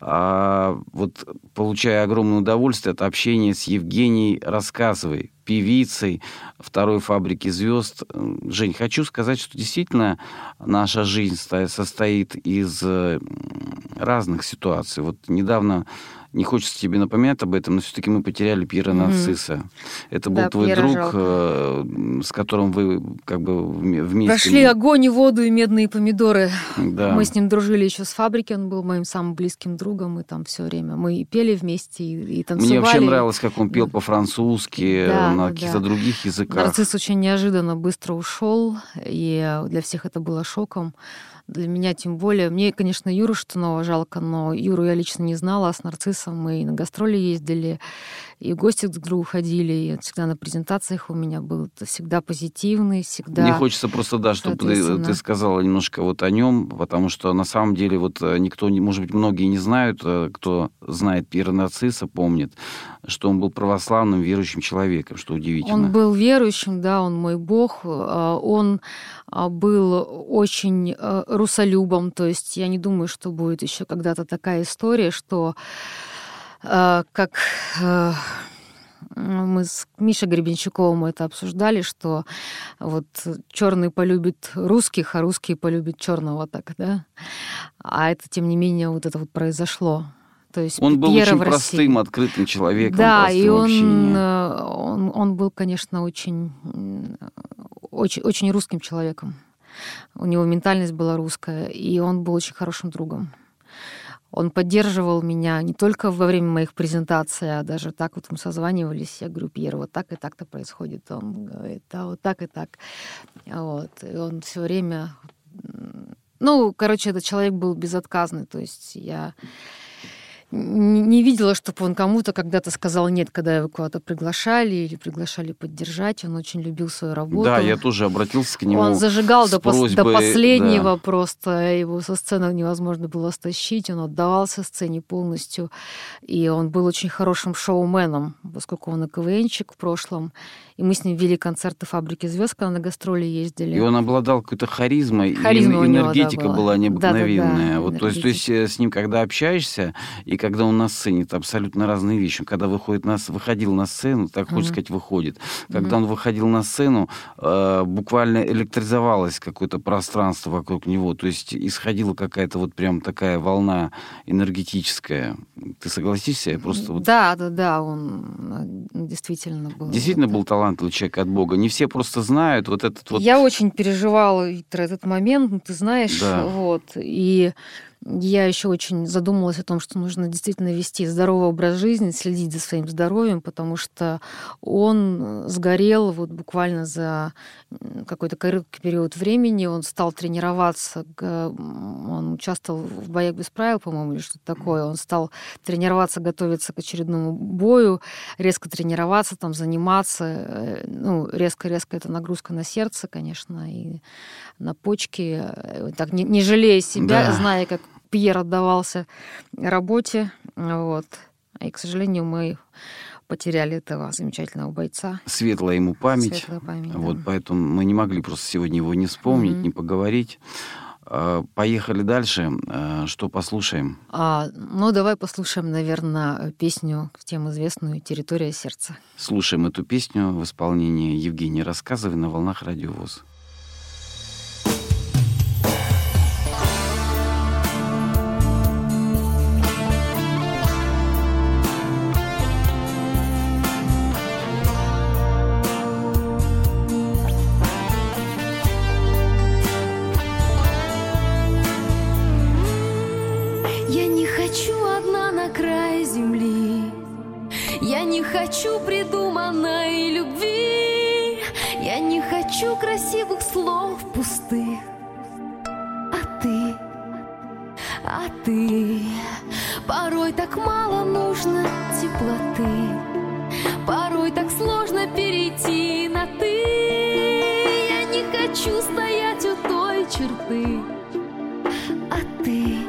вот получаю огромное удовольствие от общения с Евгенией Рассказовой, певицей «Второй фабрики звезд». Жень, хочу сказать, что действительно наша жизнь состоит из разных ситуаций. Вот недавно, не хочется тебе напоминать об этом, но все-таки мы потеряли Пьера Нарцисса. Это был твой Пьера друг, жалко. с которым вы как бы вместе... Прошли огонь и воду и медные помидоры. Да. Мы с ним дружили еще с фабрики, он был моим самым близким другом, и там все время мы и пели вместе, и танцевали. Мне вообще нравилось, как он пел по-французски, на каких-то других языках. Нарцисс очень неожиданно быстро ушел, и для всех это было шоком. Для меня тем более. Мне, конечно, Юру Шатунова жалко, но Юру я лично не знала, а с Нарциссом мы и на гастроли ездили, и в гости друг к другу ходили, и всегда на презентациях у меня был всегда позитивный, всегда... Мне хочется просто, да, чтобы ты сказала немножко вот о нем, потому что на самом деле вот никто, может быть, многие не знают, кто знает Пьера Нарцисса, помнит, что он был православным верующим человеком, что удивительно. Он был верующим, да, он мой бог, он был очень русолюбом, то есть я не думаю, что будет еще когда-то такая история, что как мы с Мишей Гребенщиковым это обсуждали, что вот черный полюбит русских, а русские полюбят черного, так, да? А это, тем не менее, вот это вот произошло. То есть он был Пьера очень простым, открытым человеком. Да, и он был, конечно, очень русским человеком. У него ментальность была русская, и он был очень хорошим другом. Он поддерживал меня не только во время моих презентаций, а даже так вот мы созванивались. Я говорю: Пьер, вот так и так-то происходит. Он говорит: да, вот так и так. Вот. И он все время... Ну, короче, этот человек был безотказный. То есть я не видела, чтобы он кому-то когда-то сказал нет, когда его куда-то приглашали или приглашали поддержать. Он очень любил свою работу. Да, я тоже обратился к нему. Он зажигал до последнего, да. Просто его со сцены невозможно было стащить. Он отдавался сцене полностью. И он был очень хорошим шоуменом, поскольку он и КВНщик в прошлом. И мы с ним вели концерты «Фабрики звезд», когда на гастроли ездили. И он обладал какой-то харизмой, и энергетика была необыкновенная. Да, вот, то есть с ним, когда общаешься, и когда он на сцене, это абсолютно разные вещи. Когда выходил на сцену, так хочется сказать, выходит. Когда он выходил на сцену, буквально электризовалось какое-то пространство вокруг него. То есть исходила какая-то вот прям такая волна энергетическая. Ты согласишься? Да, он действительно был. Действительно был талантливый человек от Бога. Не все просто знают вот этот вот... Я очень переживала, Виктор, этот момент, ты знаешь, да. Вот. И я еще очень задумалась о том, что нужно действительно вести здоровый образ жизни, следить за своим здоровьем, потому что он сгорел вот буквально за какой-то короткий период времени. Он стал тренироваться, он участвовал в боях без правил, по-моему, или что-то такое. Он стал тренироваться, готовиться к очередному бою, резко тренироваться, там, заниматься. Ну, резко-резко это нагрузка на сердце, конечно, и на почки. Так, не жалея себя, да. зная, как Пьер отдавался работе, вот. И, к сожалению, мы потеряли этого замечательного бойца. Светлая ему память. Светлая память, вот, да. поэтому мы не могли просто сегодня его не вспомнить, не поговорить. Поехали дальше. Что послушаем? Давай послушаем, наверное, песню, всем известную «Территория сердца». Слушаем эту песню в исполнении Евгении Рассказовой на волнах Радио ВОС. Хочу придуманной любви, я не хочу красивых слов пустых. А ты, порой так мало нужно теплоты, порой так сложно перейти на ты. Я не хочу стоять у той черты. А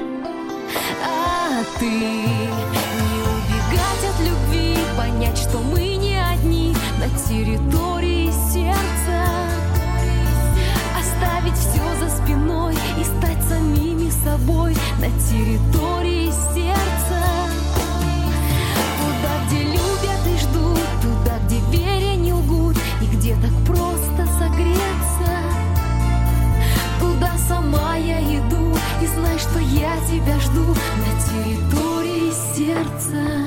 ты, не убегать от любви, понять, что мы не одни на территории сердца, оставить все за спиной и стать самими собой на территории сердца. Туда, где любят и ждут, туда, где веря не лгут, и где так просто согреться. Туда сама я иду, и знай, что я тебя жду на территории сердца.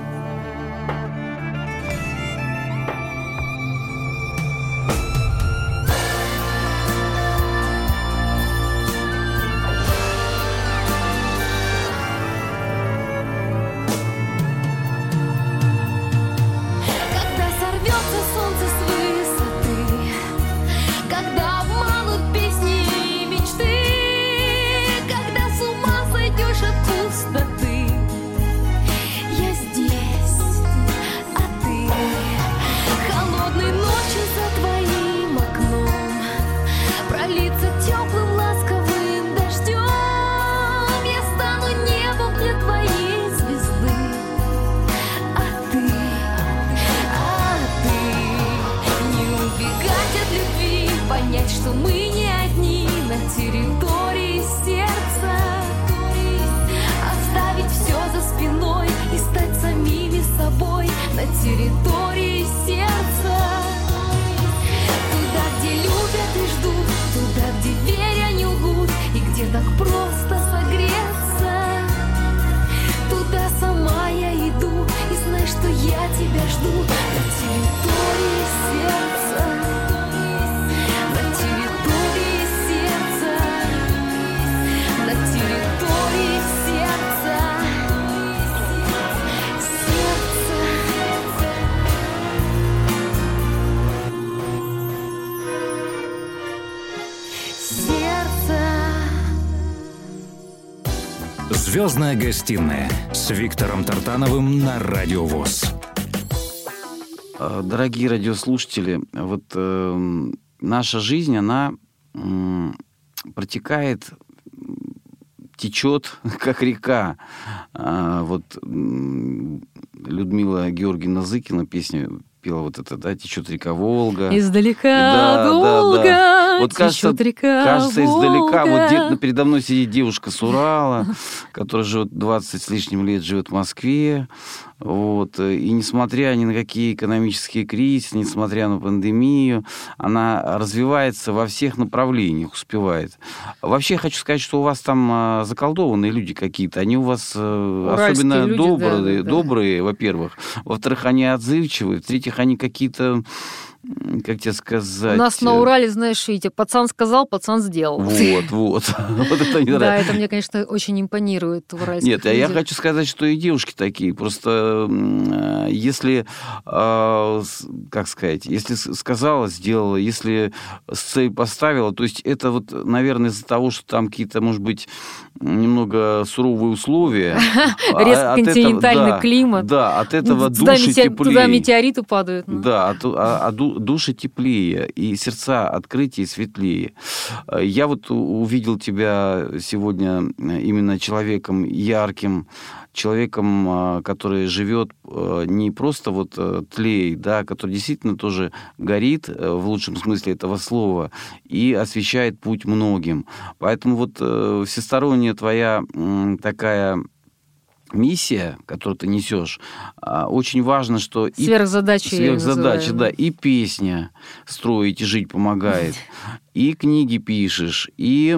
«Звездная гостиная» с Виктором Тартановым на Радио ВОС. Дорогие радиослушатели, вот наша жизнь, она протекает, течет, как река. Вот Людмила Георгиевна Зыкина песню пела вот это, да, «Течет река Волга». Издалека долго Вот течет река кажется, Волга. издалека, вот где-то передо мной сидит девушка с Урала, которая живет 20 с лишним лет, живет в Москве. Вот. И несмотря ни на какие экономические кризисы, несмотря на пандемию, она развивается во всех направлениях, успевает. Вообще, хочу сказать, что у вас там заколдованные люди какие-то. Они у вас особенно люди, добрые, во-первых. Во-вторых, они отзывчивые. В-третьих, они какие-то, как тебе сказать... У нас на Урале, знаешь, видите, пацан сказал, пацан сделал. Вот. Вот это не нравится. Да, это мне, конечно, очень импонирует в уральских Нет, я хочу сказать, что и девушки такие. Просто если, как сказать, если сказала, сделала, если цель поставила, то есть это вот, наверное, из-за того, что там какие-то, может быть, немного суровые условия. Резко континентальный климат. Да, от этого души теплее. Туда метеориты падают. Да, души теплее, и сердца открытие и светлее. Я вот увидел тебя сегодня именно человеком ярким, человеком, который живет не просто вот тлеет, да, который действительно тоже горит в лучшем смысле этого слова и освещает путь многим. Поэтому вот всесторонняя твоя такая миссия, которую ты несешь, очень важно, что... Сверхзадача, да. И песня «Строить и жить» помогает. И книги пишешь, и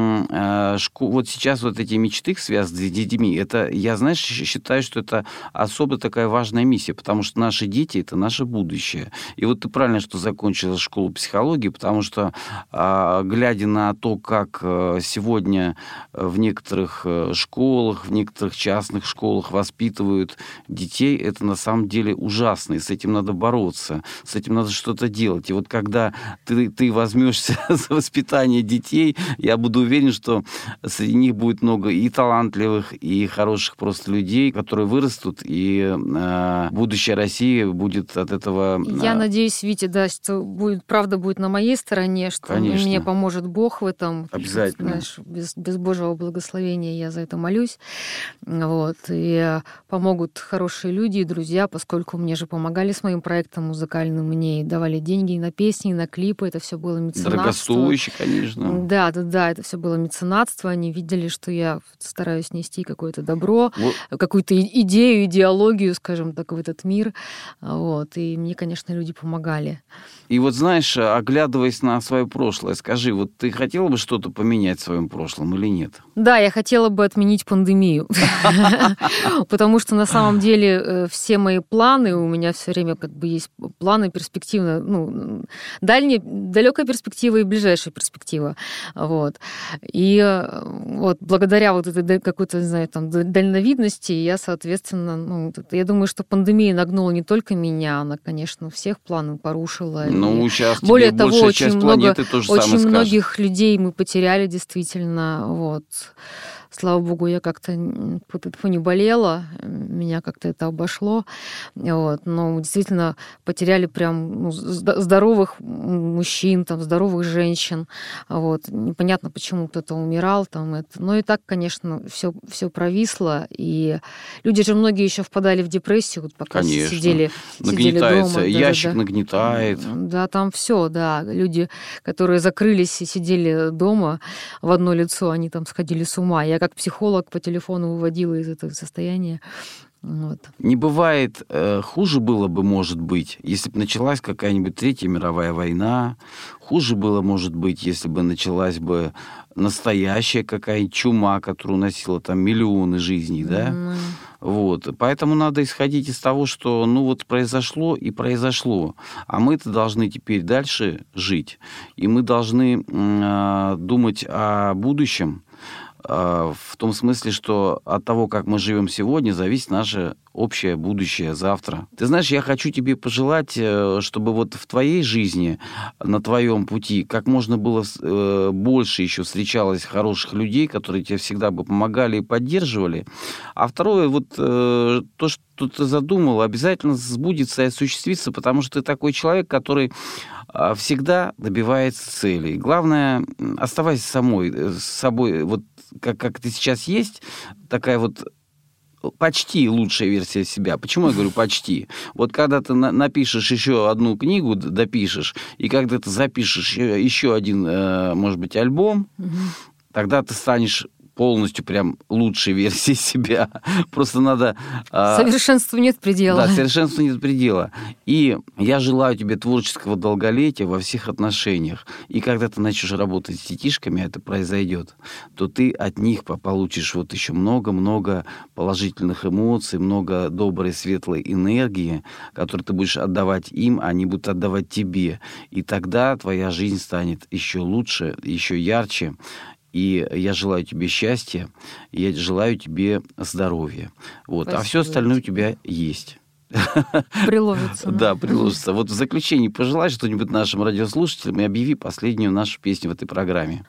вот сейчас вот эти мечты, связанные с детьми, это, я, знаешь, считаю, что это особо такая важная миссия, потому что наши дети – это наше будущее. И вот ты правильно, что закончила школу психологии, потому что, глядя на то, как сегодня в некоторых школах, в некоторых частных школах воспитывают детей, это на самом деле ужасно, и с этим надо бороться, с этим надо что-то делать. И вот когда ты возьмешься за воспитание детей, я буду уверен, что среди них будет много и талантливых, и хороших просто людей, которые вырастут, и будущее России будет от этого... Я надеюсь, Витя, да, что правда будет на моей стороне, что мне поможет Бог в этом. Обязательно. Знаешь, без Божьего благословения я за это молюсь. Вот. И помогут хорошие люди и друзья, поскольку мне же помогали с моим проектом музыкальным, мне давали деньги и на песни, и на клипы, это все было меценатство. Дорогостоящий, конечно. Да, это все было меценатство. Они видели, что я стараюсь нести какое-то добро, какую-то идею, идеологию, скажем так, в этот мир. Вот. И мне, конечно, люди помогали. И вот, знаешь, оглядываясь на свое прошлое, скажи, вот ты хотела бы что-то поменять в своем прошлом или нет? Да, я хотела бы отменить пандемию. Потому что на самом деле все мои планы, у меня все время как бы есть планы перспективно, далекая перспектива и ближайшая перспектива. Вот. И вот благодаря вот этой какой-то, не знаю, там, дальновидности я, соответственно, я думаю, что пандемия нагнула не только меня, она, конечно, всех планы порушила. Ну, сейчас более того, большая часть планеты тоже самое очень скажет. Многих людей мы потеряли действительно. Вот. Слава богу, я как-то не болела, меня как-то это обошло. Вот. Но действительно потеряли прям здоровых мужчин, там, здоровых женщин. Вот. Непонятно, почему кто-то умирал. Там, Но и так, конечно, все провисло. И люди же многие еще впадали в депрессию, вот пока сидели дома. Ящик нагнетает. Да, там все, да. Люди, которые закрылись и сидели дома в одно лицо, они там сходили с ума. Я как психолог по телефону выводила из этого состояния. Вот. Не бывает, хуже было бы, может быть, если бы началась какая-нибудь Третья мировая война, хуже было, может быть, если бы началась бы настоящая какая-нибудь чума, которая уносила там миллионы жизней, да? Вот. Поэтому надо исходить из того, что произошло и произошло. А мы-то должны теперь дальше жить. И мы должны думать о будущем, в том смысле, что от того, как мы живем сегодня, зависит наше общее будущее завтра. Ты знаешь, я хочу тебе пожелать, чтобы вот в твоей жизни, на твоем пути, как можно было больше еще встречалось хороших людей, которые тебе всегда бы помогали и поддерживали. А второе, вот то, что ты задумал, обязательно сбудется и осуществится, потому что ты такой человек, который всегда добивается целей. Главное, оставайся с собой, вот как ты сейчас есть, такая вот почти лучшая версия себя. Почему я говорю почти? Вот когда ты напишешь еще одну книгу, допишешь, и когда ты запишешь еще один, может быть, альбом, тогда ты станешь полностью прям лучшей версии себя. Просто надо... Совершенству нет предела. Да, совершенству нет предела. И я желаю тебе творческого долголетия во всех отношениях. И когда ты начнешь работать с детишками, это произойдет, то ты от них получишь вот еще много-много положительных эмоций, много доброй, светлой энергии, которую ты будешь отдавать им, а они будут отдавать тебе. И тогда твоя жизнь станет еще лучше, еще ярче. И я желаю тебе счастья, я желаю тебе здоровья. Вот. Спасибо. А все остальное у тебя есть. Приложится. Да, приложится. Вот в заключении пожелай что-нибудь нашим радиослушателям и объяви последнюю нашу песню в этой программе.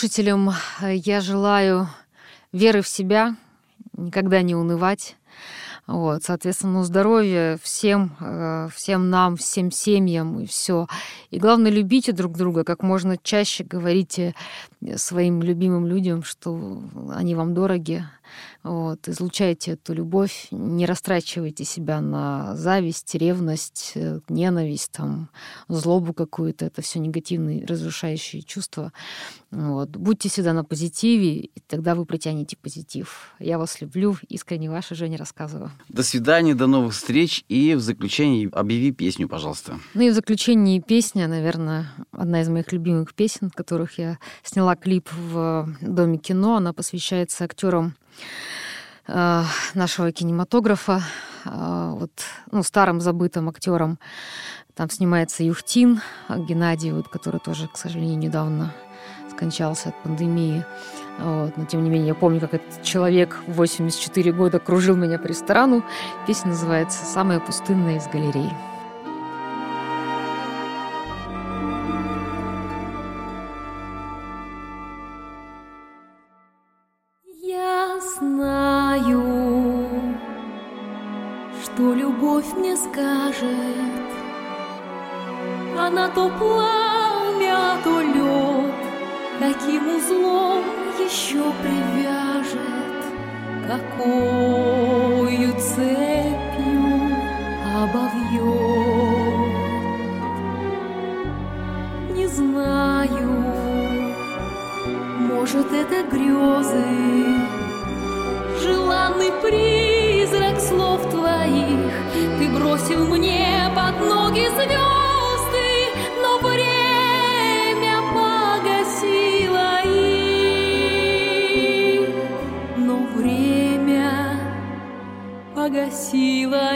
Радиослушателям я желаю веры в себя, никогда не унывать, Вот, соответственно, здоровья всем нам, всем семьям и все. И главное, любите друг друга, как можно чаще говорите своим любимым людям, что они вам дороги. Вот, излучайте эту любовь, не растрачивайте себя на зависть, ревность, ненависть, там, злобу какую-то. Это все негативные, разрушающие чувства. Вот. Будьте всегда на позитиве, и тогда вы притянете позитив. Я вас люблю. Искренне ваша Женя Рассказова. До свидания, до новых встреч. И в заключение объяви песню, пожалуйста. Ну и в заключении песня, наверное, одна из моих любимых песен, которых я сняла клип в Доме кино. Она посвящается актерам нашего кинематографа, старым забытым актерам. Там снимается Юхтин Геннадий, который тоже, к сожалению, недавно скончался от пандемии. Вот. Но, тем не менее, я помню, как этот человек в 84 года кружил меня по ресторану. Песня называется «Самая пустынная из галерей». Знаю, что любовь мне скажет, она то пламя, то лед, каким узлом еще привяжет, какою цепью обовьет. Не знаю, может, это грезы, желанный призрак слов твоих. Ты бросил мне под ноги звезды, но время погасило их. Но время погасило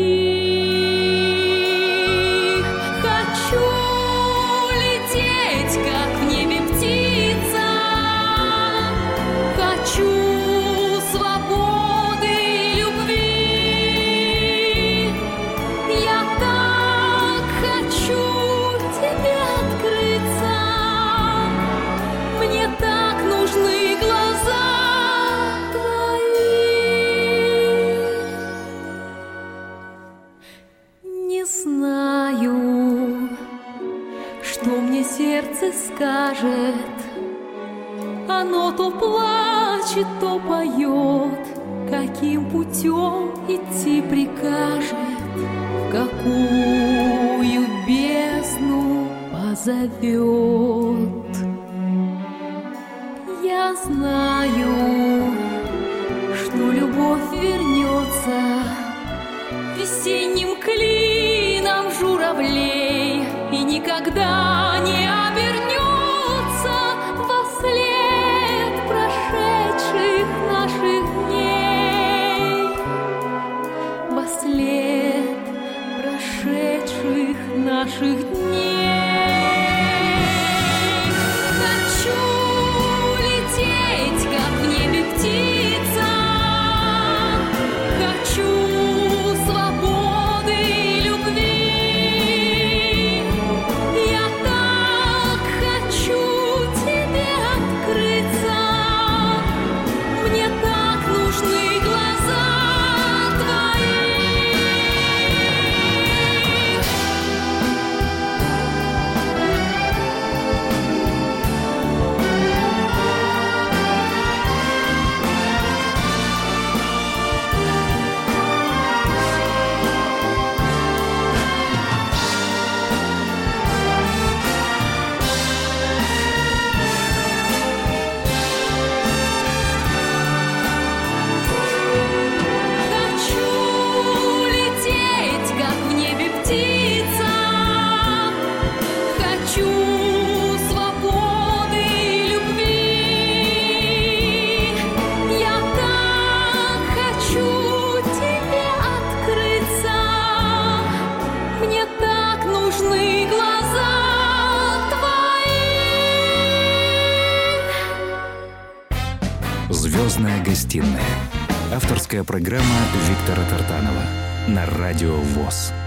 их. Хочу лететь, как в небе птица. Хочу свободы и любви. Я так хочу тебе открыться. Мне так нужны глаза твои. Не знаю, что мне сердце скажет. Оно то плачет, то поет, каким путем идти прикажет, в какую бездну позовет. Я знаю, что любовь вернется весенним клином журавлей и никогда не обернется во след прошедших наших дней, во след прошедших наших дней. Хочу лететь, как в небе птица. Хочу свободы и любви. Я так хочу тебе открыться. Мне так нужны глаза твои. Хочу лететь, как в небе птица. Хочу свободы и любви. Я так хочу тебе открыться. Мне так нужны глаза твои. «Звездная гостиная». Авторская программа Виктора Тартанова на Радио ВОС.